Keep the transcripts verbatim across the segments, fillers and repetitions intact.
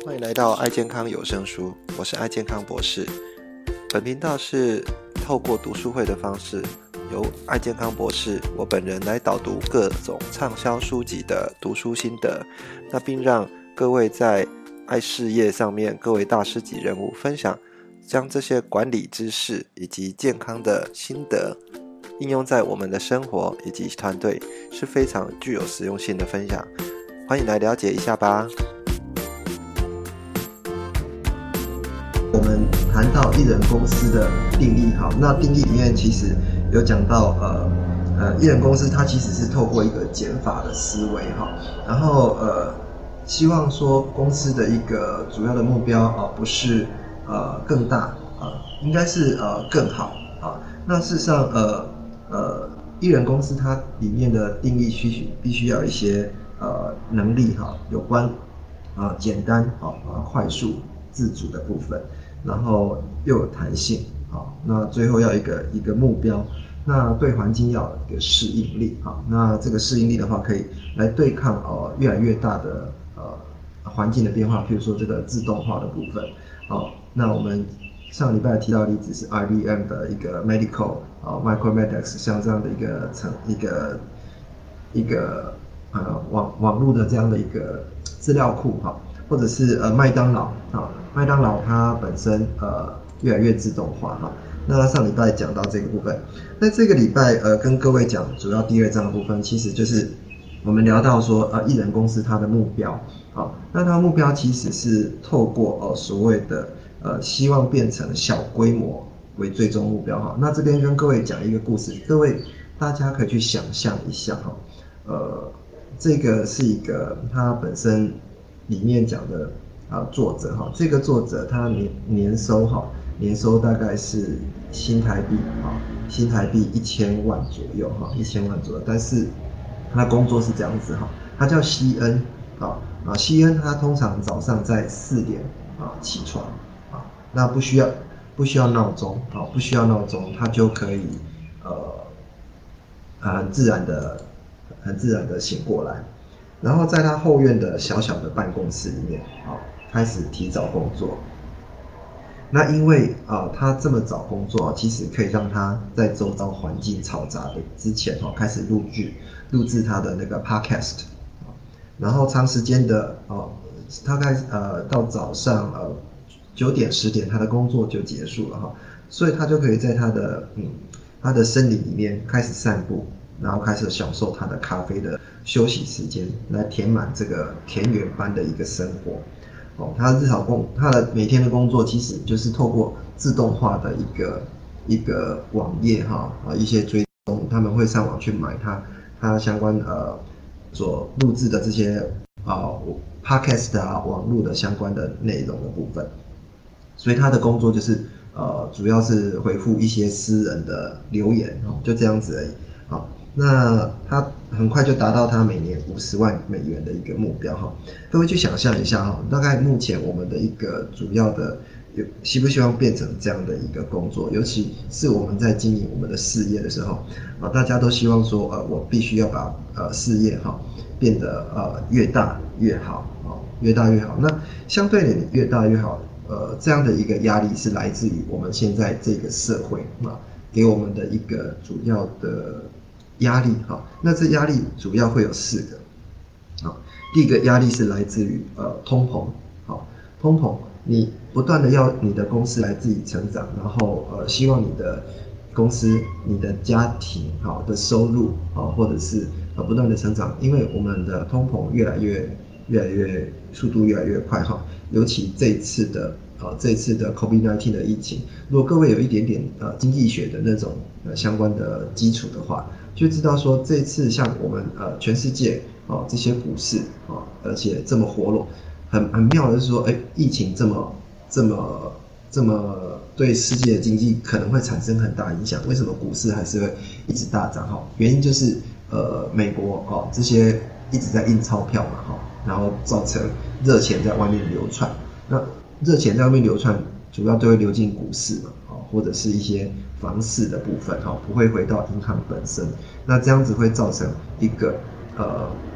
欢迎来到爱健康有声书，我是爱健康博士。本频道是透过读书会的方式，由爱健康博士我本人来导读各种畅销书籍的读书心得，那并让各位在爱事业上面各位大师级人物分享，将这些管理知识以及健康的心得应用在我们的生活以及团队，是非常具有实用性的分享，欢迎来了解一下吧。我们谈到艺人公司的定义，好，那定义里面其实有讲到，呃呃，艺人公司它其实是透过一个减法的思维，哈，然后呃，希望说公司的一个主要的目标啊、呃，不是呃更大啊、呃，应该是呃更好啊。那事实上，呃呃，艺人公司它里面的定义需须必须要有一些呃能力哈，有关啊、呃、简单啊啊快速自主的部分。然后又有弹性，好，那最后要一个一个目标，那对环境要有一个适应力，好，那这个适应力的话，可以来对抗呃越来越大的呃环境的变化，譬如说这个自动化的部分，好，那我们上礼拜提到的例子是 I B M 的一个 Medical 啊 Micromedex 像这样的一个层一个一个呃网网络的这样的一个资料库，哈。或者是呃麦当劳啊，麦当劳它本身呃越来越自动化哈。那上礼拜讲到这个部分，那这个礼拜呃跟各位讲主要第二章的部分，其实就是我们聊到说呃艺人公司它的目标，好，那它的目标其实是透过呃所谓的呃希望变成小规模为最终目标哈。那这边跟各位讲一个故事，各位大家可以去想象一下哈，呃这个是一个它本身。里面讲的啊，作者哈，这个作者他年年收哈，年收大概是新台币啊，新台币一千万左右哈，一千万左右。但是他工作是这样子哈，他叫西恩啊啊，西恩他通常早上在四点啊起床啊，那不需要不需要闹钟啊，不需要闹钟，他就可以呃很自然的很自然的醒过来。然后在他后院的小小的办公室里面，啊，开始提早工作。那因为啊，他这么早工作，其实可以让他在周遭环境嘈杂的之前，哦，开始录制录制他的那个 podcast， 然后长时间的哦，大概呃到早上呃九点十点，他的工作就结束了哈，所以他就可以在他的嗯他的森林里面开始散步。然后开始享受他的咖啡的休息时间，来填满这个田园般的一个生活。哦，他的日常工，他的每天的工作其实就是透过自动化的一个一个网页哈啊一些追踪，他们会上网去买他他相关呃所录制的这些啊 podcast 啊网络的相关的内容的部分。所以他的工作就是呃主要是回复一些私人的留言哦，就这样子而已。好。那他很快就达到他每年五十万美元的一个目标哈，各位去想象一下哈，大概目前我们的一个主要的有希不希望变成这样的一个工作，尤其是我们在经营我们的事业的时候啊，大家都希望说呃我必须要把呃事业哈变得呃越大越好啊，越大越好。那相对的越大越好，呃这样的一个压力是来自于我们现在这个社会啊给我们的一个主要的。压力哈，那这压力主要会有四个，啊，第一个压力是来自于呃通膨，好，通膨，你不断的要你的公司来自己成长，然后呃希望你的公司、你的家庭好的收入啊，或者是呃不断的成长，因为我们的通膨越来越越来越速度越来越快哈，尤其这一次的。呃，这次的 COVID 十九 的疫情，如果各位有一点点呃经济学的那种呃相关的基础的话，就知道说这次像我们呃全世界哦、呃、这些股市啊、呃，而且这么活络，很很妙的是说，哎，疫情这么这么这么对世界的经济可能会产生很大影响，为什么股市还是会一直大涨哈？原因就是呃美国哦这些一直在印钞票嘛哈，然后造成热钱在外面流窜，那。热钱在外面流窜，主要都会流进股市嘛，或者是一些房市的部分，不会回到银行本身。那这样子会造成一个呃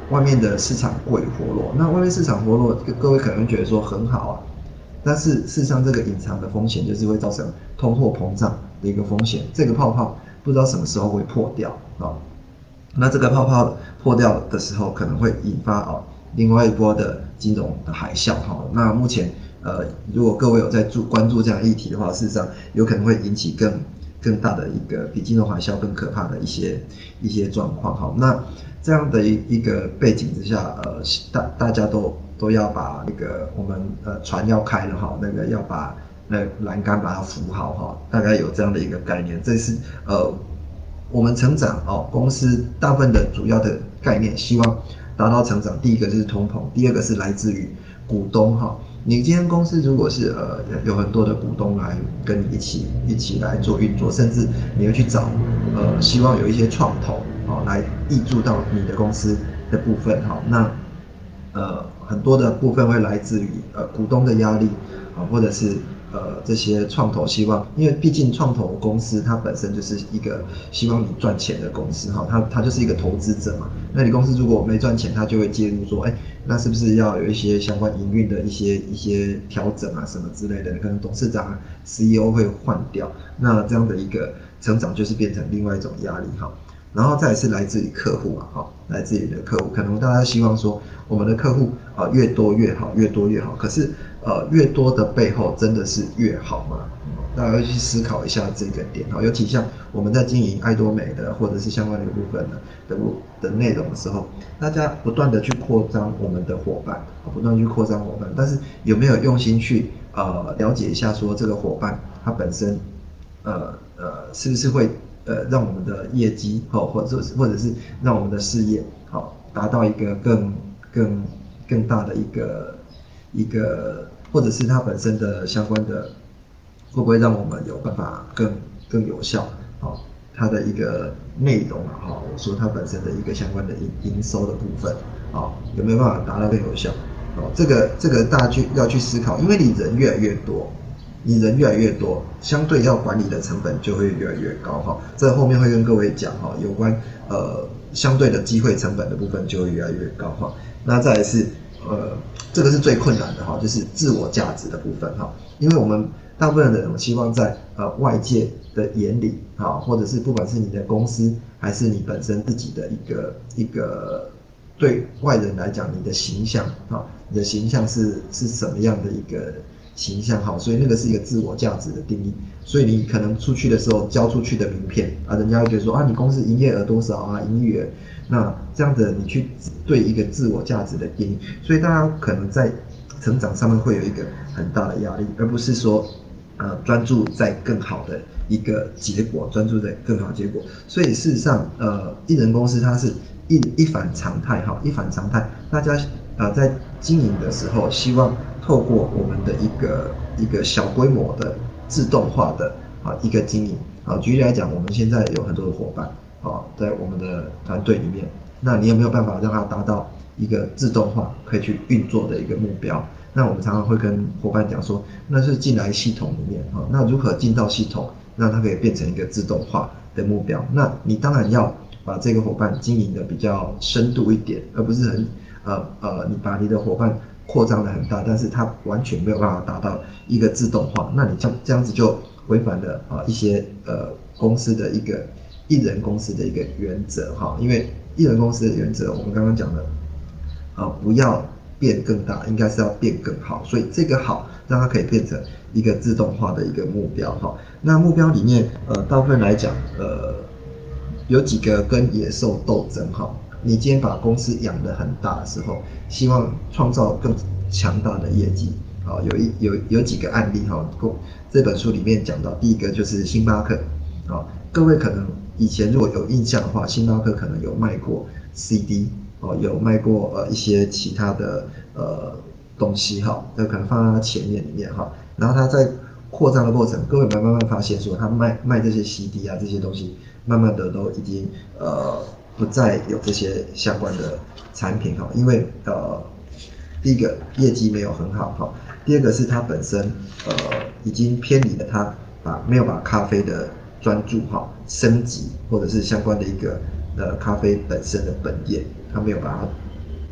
外面的市场过于活络，那外面市场活络，各位可能觉得说很好啊，但是事实上这个隐藏的风险就是会造成通货膨胀的一个风险，这个泡泡不知道什么时候会破掉啊。那这个泡泡破掉的时候，可能会引发哦另外一波的金融的海啸哈。那目前呃，如果各位有在注关注这样议题的话，事实上有可能会引起更更大的一个比金融海啸更可怕的一些一些状况哈。那这样的一一个背景之下，呃，大大家都都要把那个我们呃船要开了哈，那个要把那栏杆把它扶好哈，大概有这样的一个概念。这是呃我们成长哦，公司大部分的主要的概念，希望达到成长。第一个就是通膨，第二个是来自于股东哈。你今天公司如果是呃有很多的股东来跟你一起一起来做运作，甚至你会去找呃希望有一些创投哦来挹注到你的公司的部分哈，那呃很多的部分会来自于呃股东的压力啊，或者是呃这些创投希望，因为毕竟创投公司它本身就是一个希望你赚钱的公司哈，它它就是一个投资者嘛。那你公司如果没赚钱，它就会介入说，哎，那是不是要有一些相关营运的一些一些调整啊什么之类的？可能董事长啊 C E O 会换掉，那这样的一个成长就是变成另外一种压力哈。然后再来是来自于客户啊，哈，来自于你的客户，可能大家希望说我们的客户啊越多越好，越多越好。可是呃越多的背后真的是越好吗？大家要去思考一下这个点哈。尤其像我们在经营爱多美的或者是相关的一个部分的的的内容的时候，大家不断的去扩张我们的伙伴，不断去扩张伙伴，但是有没有用心去呃了解一下说这个伙伴他本身呃呃是不是会呃，让我们的业绩好，或者或者是让我们的事业好达到一个更更更大的一个一个，或者是它本身的相关的会不会让我们有办法更更有效？好，它的一个内容啊，哈，我说它本身的一个相关的营营收的部分，啊，有没有办法达到更有效？哦，这个这个大家去要去思考，因为你人越来越多。你人越来越多，相对要管理的成本就会越来越高哈。这后面会跟各位讲哈，有关呃相对的机会成本的部分就会越来越高哈。那再来是呃这个是最困难的哈，就是自我价值的部分哈。因为我们大部分的人希望在呃外界的眼里哈，或者是不管是你的公司还是你本身自己的一个一个对外人来讲，你的形象啊，你的形象是是什么样的一个形象好，所以那个是一个自我价值的定义。所以你可能出去的时候交出去的名片啊，人家会觉得说啊，你公司营业额多少啊，营业额，那这样子你去对一个自我价值的定义，所以大家可能在成长上面会有一个很大的压力，而不是说呃专注在更好的一个结果，专注在更好的结果。所以事实上，呃，艺人公司它是一一反常态哈，一反常态，大家呃在经营的时候希望透过我们的一个一个小规模的自动化的啊一个经营啊，举例来讲，我们现在有很多的伙伴啊，在我们的团队里面，那你有没有办法让它达到一个自动化可以去运作的一个目标？那我们常常会跟伙伴讲说，那是进来系统里面啊，那如何进到系统，让它可以变成一个自动化的目标？那你当然要把这个伙伴经营的比较深度一点，而不是很呃呃，你把你的伙伴扩张的很大，但是它完全没有办法达到一个自动化，那你这样这样子就违反了啊一些呃公司的一个艺人公司的一个原则哈，因为艺人公司的原则我们刚刚讲的，呃不要变更大，应该是要变更好，所以这个好让它可以变成一个自动化的一个目标哈。那目标里面呃大部分来讲呃有几个跟野兽斗争哈。你今天把公司养得很大的时候，希望创造更强大的业绩啊，有一有有几个案例哈，这本书里面讲到，第一个就是星巴克啊，各位可能以前如果有印象的话，星巴克可能有卖过 C D 哦，有卖过呃一些其他的呃东西哈，那可能放在它前面里面哈，然后它在扩张的过程，各位慢慢发现说，它卖卖这些 C D 啊这些东西，慢慢的都已经呃。不再有这些相关的产品哈，因为呃，第一个业绩没有很好哈，第二个是它本身呃已经偏离了它把没有把咖啡的专注哈升级，或者是相关的一个呃咖啡本身的本业，它没有把它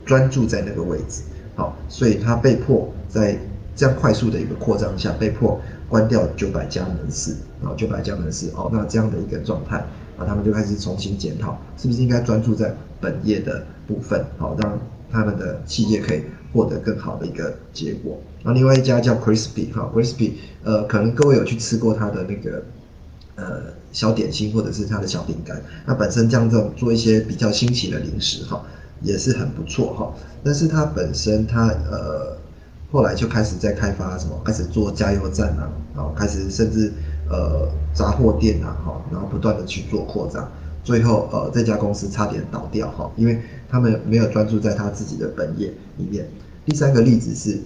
专注在那个位置，好，所以他被迫在这样快速的一个扩张下，被迫关掉九百家门市，啊，九百家门市，哦，那这样的一个状态，啊，他们就开始重新检讨，是不是应该专注在本业的部分，好，让他们的企业可以获得更好的一个结果。然后另外一家叫 Crispy， 哈 ，Crispy， 呃，可能各位有去吃过它的那个呃小点心或者是它的小饼干，那本身这样这种做一些比较新奇的零食，哈，也是很不错哈。但是它本身它呃后来就开始在开发什么，开始做加油站啊，然后开始甚至呃杂货店啊，哈，然后不断的去做扩张。最后，呃，这家公司差点倒掉哈，因为他们没有专注在他自己的本业里面。第三个例子是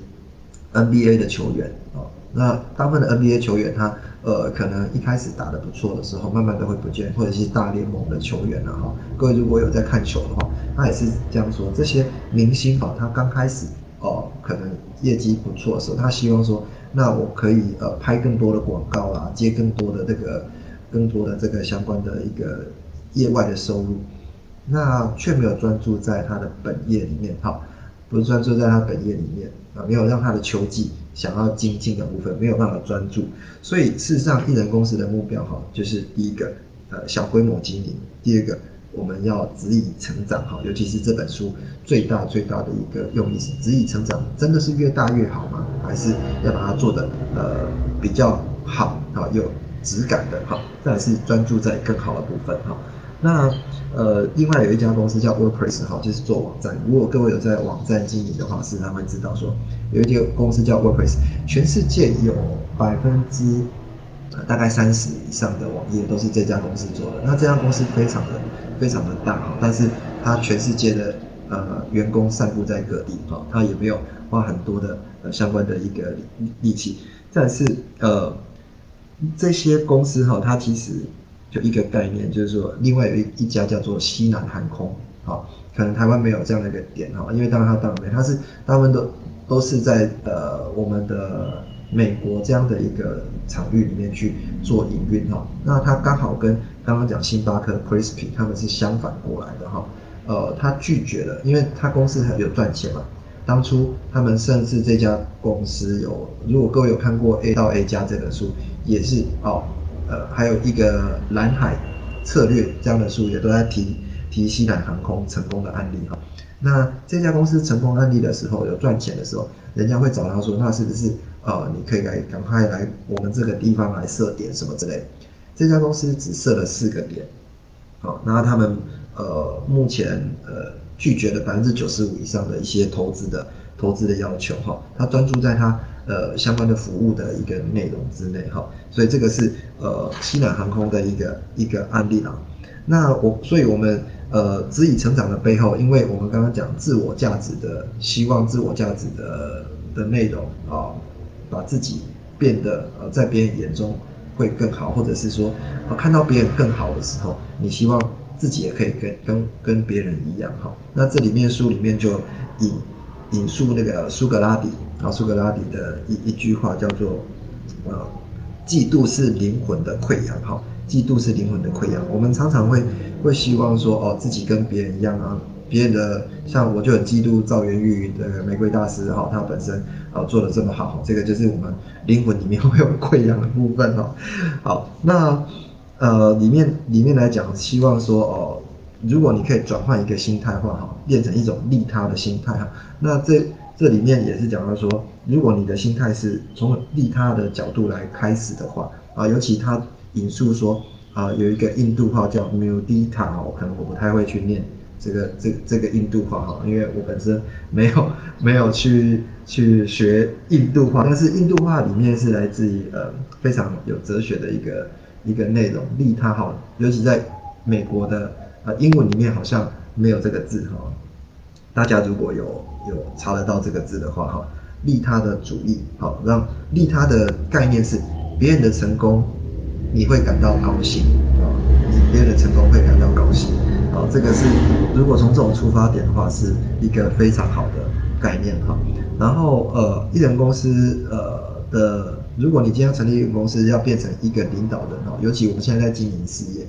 N B A 的球员哦，那大部分的 N B A 球员他呃可能一开始打得不错的时候，慢慢的会不见，或者是大联盟的球员啊哈，各位如果有在看球的话，他也是这样说，这些明星啊，他刚开始哦可能业绩不错的时候，他希望说，那我可以呃拍更多的广告啊，接更多的这个更多的这个相关的一个业外的收入，那却没有专注在他的本业里面，哈，不是专注在他本业里面啊，没有让他的球技想要精进的部分没有办法专注，所以事实上，艺人公司的目标哈，就是第一个呃小规模经营，第二个我们要直以成长哈，尤其是这本书最大最大的一个用意是直以成长，真的是越大越好吗？还是要把它做的呃比较好啊，有质感的哈，再来是专注在更好的部分哈。那呃，另外有一家公司叫 WordPress 哈，就是做网站。如果各位有在网站经营的话，事实上会知道说，有一家公司叫 WordPress， 全世界有百分之大概三十以上的网页都是这家公司做的。那这家公司非常的非常的大哈，但是它全世界的呃员工散布在各地哈，它也没有花很多的呃相关的一个力气。再来是呃这些公司哈，它其实就一个概念，就是说，另外有一一家叫做西南航空，好，可能台湾没有这样的一个点哈，因为当然它当然没，它是他们都都是在呃我们的美国这样的一个场域里面去做营运哈，那它刚好跟刚刚讲星巴克 Crispy 他们是相反过来的哈，呃，他拒绝了，因为他公司有赚钱嘛，当初他们甚至这家公司有，如果各位有看过 A 到 A 加这本书，也是哦。呃，还有一个蓝海策略这样的书也都在提提西南航空成功的案例哈。那这家公司成功案例的时候，有赚钱的时候，人家会找他说，那是不是呃，你可以来赶快来我们这个地方来设点什么之类。这家公司只设了四个点，好，那他们呃目前呃拒绝了百分之九十五以上的一些投资的投资的要求哈，他专注在他呃相关的服务的一个内容之内哈，所以这个是呃西南航空的一个一个案例啦。那我所以我们呃直以成长的背后，因为我们刚刚讲自我价值的希望，自我价值的的内容啊，把自己变得呃在别人眼中会更好，或者是说呃看到别人更好的时候，你希望自己也可以跟跟跟别人一样哈。那这里面书里面就引引述那个苏格拉底啊，苏格拉底的一一句话叫做呃，嫉妒是灵魂的溃疡哈，嫉妒是灵魂的溃疡。我们常常会会希望说哦，自己跟别人一样啊，别人的像我就很嫉妒赵元玉的玫瑰大师哈，他本身啊做的这么好，这个就是我们灵魂里面会有溃疡的部分哈。好，那呃里面里面来讲，希望说哦。如果你可以转换一个心态化哈，变成一种利他的心态哈，那这这里面也是讲到说，如果你的心态是从利他的角度来开始的话啊，尤其他引述说啊，有一个印度话叫 Mudita 哈，可能我不太会去念这个这这个印度话哈，因为我本身没有没有去去学印度话，但是印度话里面是来自于呃非常有哲学的一个一个内容，利他哈，尤其在美国的。啊，英文里面好像没有这个字哈，大家如果有有查得到这个字的话哈，利他的主义，好，让利他的概念是别人的成功你会感到高兴啊，你别人的成功会感到高兴啊，这个是如果从这种出发点的话，是一个非常好的概念哈。然后呃，艺人公司呃的，如果你今天成立一个公司，要变成一个领导人哈，尤其我们现在在经营事业。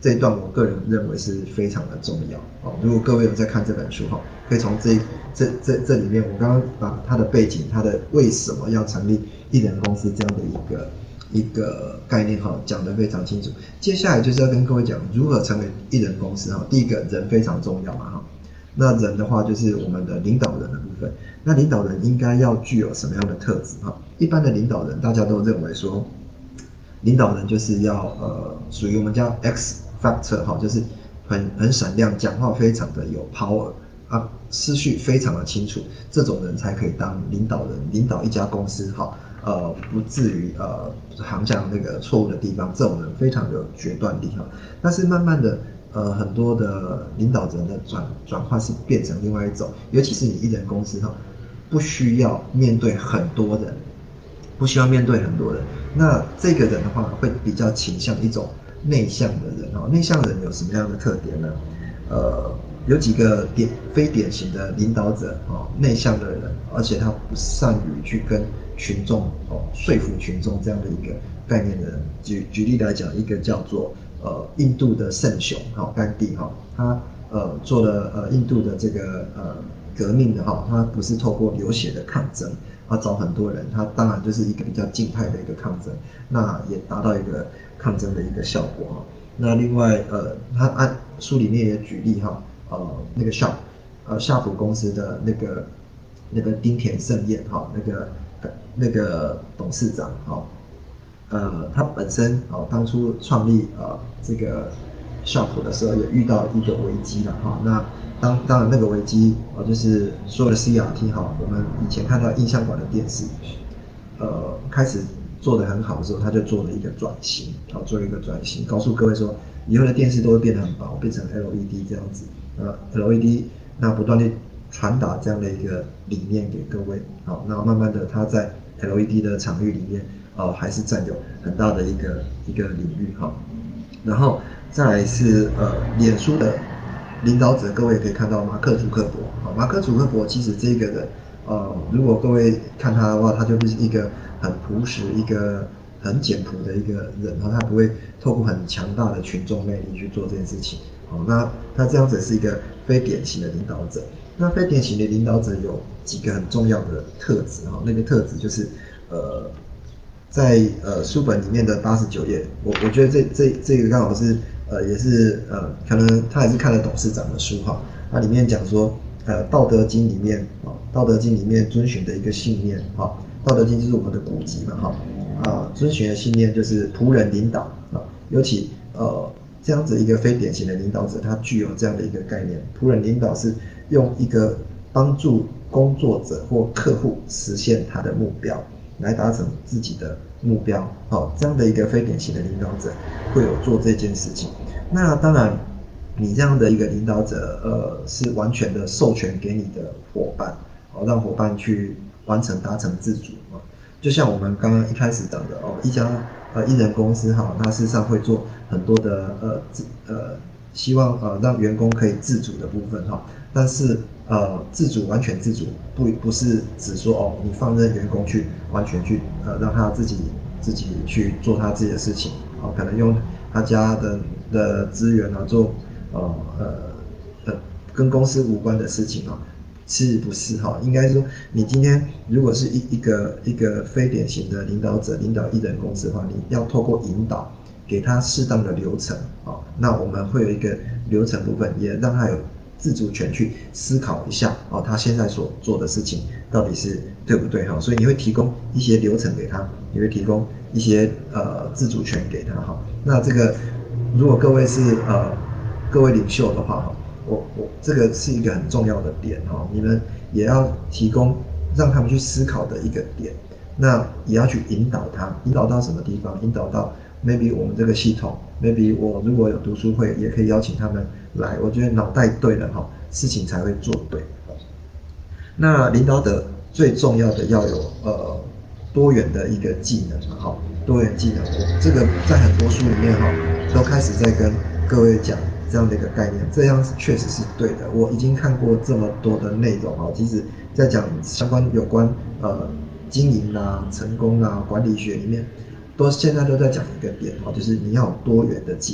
这一段我个人认为是非常的重要哦。如果各位有在看这本书哈，可以从这这这这里面，我刚刚把它的背景，它的为什么要成立艺人公司这样的一个一个概念哈，讲得非常清楚。接下来就是要跟各位讲如何成为艺人公司哈。第一个人非常重要嘛哈，那人的话就是我们的领导人的部分。那领导人应该要具有什么样的特质哈？一般的领导人大家都认为说，领导人就是要呃属于我们叫 X factor 哈，就是很很闪亮，讲话非常的有 power 啊，思绪非常的清楚，这种人才可以当领导人，领导一家公司哈，呃不至于呃航向那个错误的地方，这种人非常有决断力哈。但是慢慢的。呃，很多的领导人的转转换是变成另外一种，尤其是你艺人公司哈，不需要面对很多人，不需要面对很多人。那这个人的话，会比较倾向一种内向的人哈。内向人有什么样的特点呢？呃，有几个典非典型的领导者哦，内向的人，而且他不善于去跟群众哦说服群众这样的一个概念的人。举举例来讲，一个叫做。呃，印度的圣雄哈甘地哈，他呃做了呃印度的这个呃革命的哈，他不是透过流血的抗争，他找很多人，他当然就是一个比较静态的一个抗争，那也达到一个抗争的一个效果哈。那另外呃，他按书里面也举例哈，呃那个夏呃夏普公司的那个那个丁田盛彦哈，那个那个董事长哈。呃，他本身哦，当初创立呃这个夏普的时候，也遇到一个危机了哈。那当当然那个危机哦，就是所有的 C R T 哈，我们以前看到印象馆的电视，呃，开始做得很好的时候，他就做了一个转型，好、哦，做了一个转型，告诉各位说，以后的电视都会变得很薄，变成 L E D 这样子，呃 ，L E D 那不断地传达这样的一个理念给各位，好、哦，那慢慢的他在 L E D 的场域里面。呃，还是占有很大的一个一个领域哈，然后再来是呃，脸书的领导者，各位也可以看到马克·祖克伯，好，马克·祖克伯其实这个人，呃，如果各位看他的话，他就是一个很朴实、一个很简朴的一个人，然后他不会透过很强大的群众魅力去做这件事情，好，那他这样子是一个非典型的领导者。那非典型的领导者有几个很重要的特质哈，那个特质就是呃。在呃书本里面的八十九页，我我觉得这这这个刚好是呃也是呃可能他也是看了董事长的书哈，那里面讲说呃道德经里面啊，道德经里面遵循的一个信念哈，道德经就是我们的古籍嘛哈啊，遵循的信念就是仆人领导啊，尤其呃这样子一个非典型的领导者，他具有这样的一个概念，仆人领导是用一个帮助工作者或客户实现他的目标。来达成自己的目标，好，这样的一个非典型的领导者会有做这件事情。那当然，你这样的一个领导者，呃，是完全的授权给你的伙伴，哦，让伙伴去完成达成自主啊。就像我们刚刚一开始讲的哦，一家呃艺人公司哈，它事实上会做很多的呃自呃，希望呃让员工可以自主的部分哈，但是。呃，自主完全自主不不是指说哦，你放任员工去完全去呃让他自己自己去做他自己的事情，哦，可能用他家的的资源啊做呃呃呃跟公司无关的事情啊，是不是哈？应该说你今天如果是一一个一个非典型的领导者，领导艺人公司的话，你要透过引导给他适当的流程啊，那我们会有一个流程部分，也让他有。自主权去思考一下哦，他现在所做的事情到底是对不对哈？所以你会提供一些流程给他，你会提供一些呃自主权给他哈。那这个如果各位是呃各位领袖的话哈，我我这个是一个很重要的点哈，你们也要提供让他们去思考的一个点，那也要去引导他，引导到什么地方？引导到 maybe 我们这个系统 ，maybe 我如果有读书会，也可以邀请他们。来，我觉得脑袋对了哈，事情才会做对。那领导者最重要的要有呃多元的一个技能哈，多元技能，我这个在很多书里面哈都开始在跟各位讲这样的一个概念，这样确实是对的。我已经看过这么多的内容哈，其实在讲相关有关呃经营啦、成功啦、管理学里面，都现在都在讲一个点哈，就是你要有多元的技能。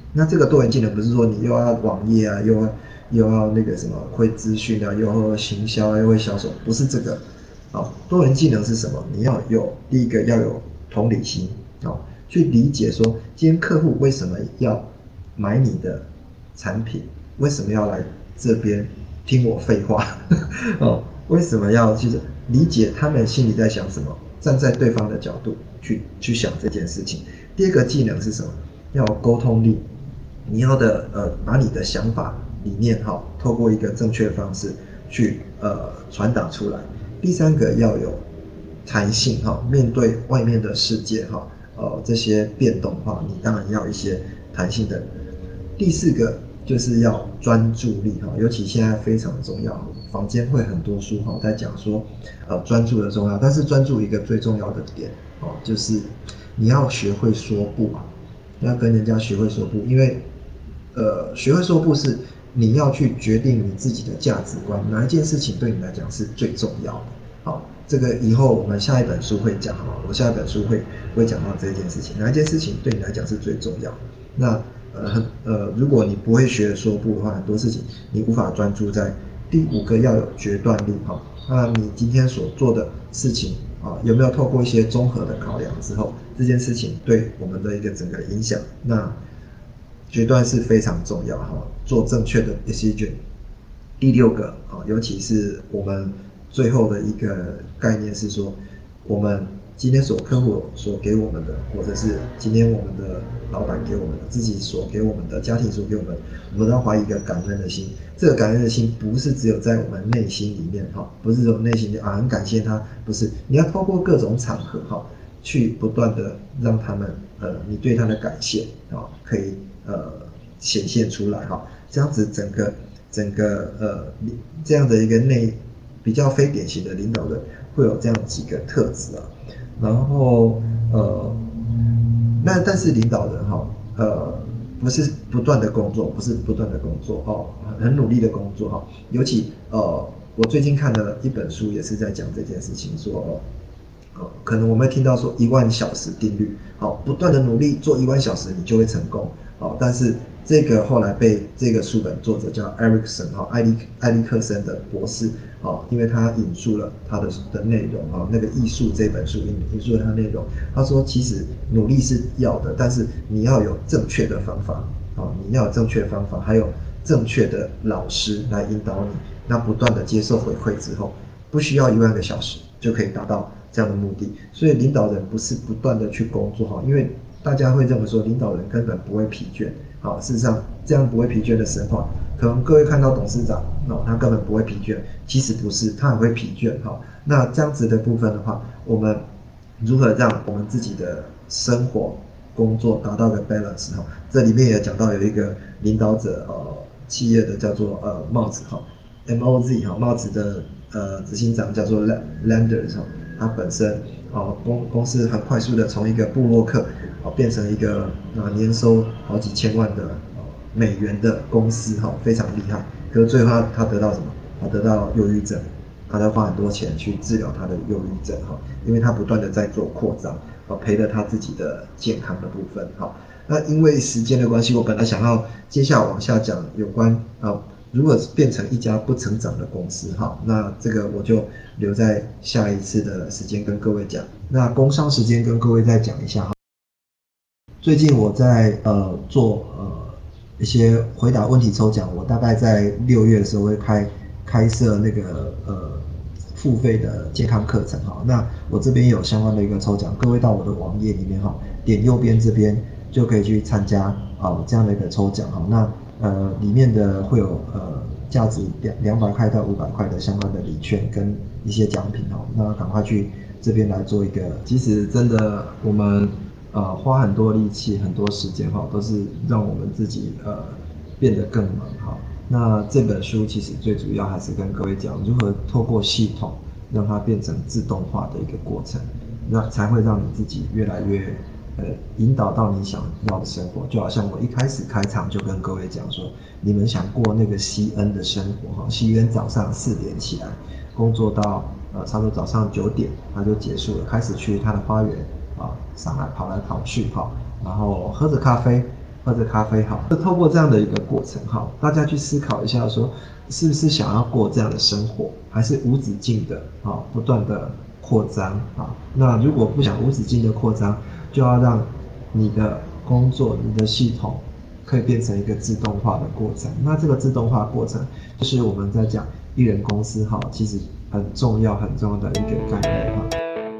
那这个多元技能不是说你又要网页啊，又要又要那个什么会资讯啊，又要行销啊，又会销售，不是这个。好，多元技能是什么？你要有第一个要有同理心，好，去理解说今天客户为什么要买你的产品，为什么要来这边听我废话哦？为什么要去理解他们心里在想什么？站在对方的角度去去想这件事情。第二个技能是什么？要有沟通力，你要的呃把你的想法理念哈，透过一个正确的方式去呃传达出来。第三个要有弹性哈，面对外面的世界哈，呃这些变动哈，你当然要一些弹性的。第四个就是要专注力哈，尤其现在非常重要，坊间会很多书哈在讲说，呃专注的重要，但是专注一个最重要的点哦，就是你要学会说不，要跟人家学会说不，因为呃学会说不是你要去决定你自己的价值观，哪一件事情对你来讲是最重要的。好，这个以后我们下一本书会讲哈，我下一本书会会讲到这件事情，哪一件事情对你来讲是最重要的。那呃呃，如果你不会学说不的话，很多事情你无法专注在。第五个要有决断力哈，那你今天所做的事情啊，有没有透过一些综合的考量之后，这件事情对我们的一个整个影响，那决断是非常重要哈，做正确的 decision。第六个啊，尤其是我们最后的一个概念是说，我们今天所客户所给我们的，或者是今天我们的老板给我们的，自己所给我们的，家庭所给我们，我们要怀一个感恩的心。这个感恩的心不是只有在我们内心里面哈，不是说内心啊很感谢他，不是，你要透过各种场合哈，去不断的让他们呃，你对他的感谢啊，可以呃显现出来哈，这样子整个整个呃这样的一个内比较非典型的领导人会有这样几个特质啊。然后呃，那但是领导人哈，呃，不是不断的工作，不是不断的工作哦，很努力的工作哈。尤其呃，我最近看了一本书，也是在讲这件事情，说哦，呃，可能我们会听到说一万小时定律，好，不断的努力做一万小时，你就会成功，好，但是这个后来被这个书本作者叫 Erickson 哈，艾利艾利克森的博士。哦，因为他引述了他的的内容啊，那个艺术这本书引引述了他内容，他说其实努力是要的，但是你要有正确的方法啊，你要有正确的方法，还有正确的老师来引导你，那不断的接受回馈之后，不需要一万个小时就可以达到这样的目的。所以领导人不是不断的去工作哈，因为大家会认为说领导人根本不会疲倦，好，事实上这样不会疲倦的神话。可能各位看到董事长，哦，他根本不会疲倦，其实不是，他很会疲倦哈。那这样子的部分的话，我们如何让我们自己的生活、工作达到个 balance 哈？这里面也讲到有一个领导者呃企业的叫做呃帽子哈 ，M O Z 哈，帽子的呃执行长叫做 Landers 哈，他本身哦公公司很快速的从一个部落客哦变成一个啊年收好几千万的。美元的公司哈，非常厉害，可是最后他他得到什么？他得到忧郁症，他要花很多钱去治疗他的忧郁症哈，因为他不断的在做扩张，啊，赔了他自己的健康的部分哈。那因为时间的关系，我本来想要接下来往下讲有关啊，如果变成一家不成长的公司哈，那这个我就留在下一次的时间跟各位讲。那工商时间跟各位再讲一下哈。最近我在呃做呃。一些回答问题抽奖，我大概在六月的时候会开开设那个呃付费的健康课程哈。那我这边有相关的一个抽奖，各位到我的网页里面哈，点右边这边就可以去参加啊这样的一个抽奖哈。那呃里面的会有呃价值两两百块到五百块的相关的礼券跟一些奖品哈。那赶快去这边来做一个，其实真的我们。呃，花很多力气、很多时间哈，都是让我们自己呃变得更忙哈。那这本书其实最主要还是跟各位讲，如何透过系统让它变成自动化的一个过程，那才会让你自己越来越呃引导到你想要的生活。就好像我一开始开场就跟各位讲说，你们想过那个西恩的生活哈，西恩早上四点起来工作到呃差不多早上九点他就结束了，开始去他的花园。啊，上来跑来跑去哈，然后喝着咖啡， 喝着咖啡好，就透过这样的一个过程哈，大家去思考一下说，是不是想要过这样的生活，还是无止境的啊，不断的扩张啊？那如果不想无止境的扩张，就要让你的工作、你的系统可以变成一个自动化的过程。那这个自动化过程，就是我们在讲艺人公司哈，其实很重要、很重要的一个概念哈。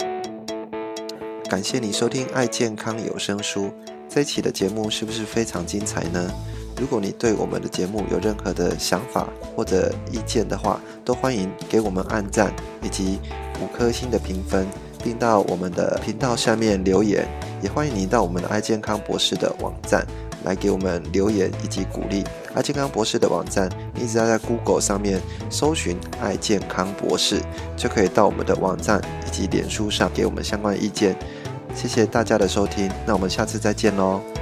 感谢你收听爱健康有声书，这一期的节目是不是非常精彩呢？如果你对我们的节目有任何的想法或者意见的话，都欢迎给我们按赞以及五颗星的评分，并到我们的频道下面留言。也欢迎你到我们的爱健康博士的网站来给我们留言以及鼓励。爱健康博士的网站，你只要在 Google 上面搜寻爱健康博士，就可以到我们的网站以及脸书上给我们相关的意见。谢谢大家的收听，那我们下次再见咯。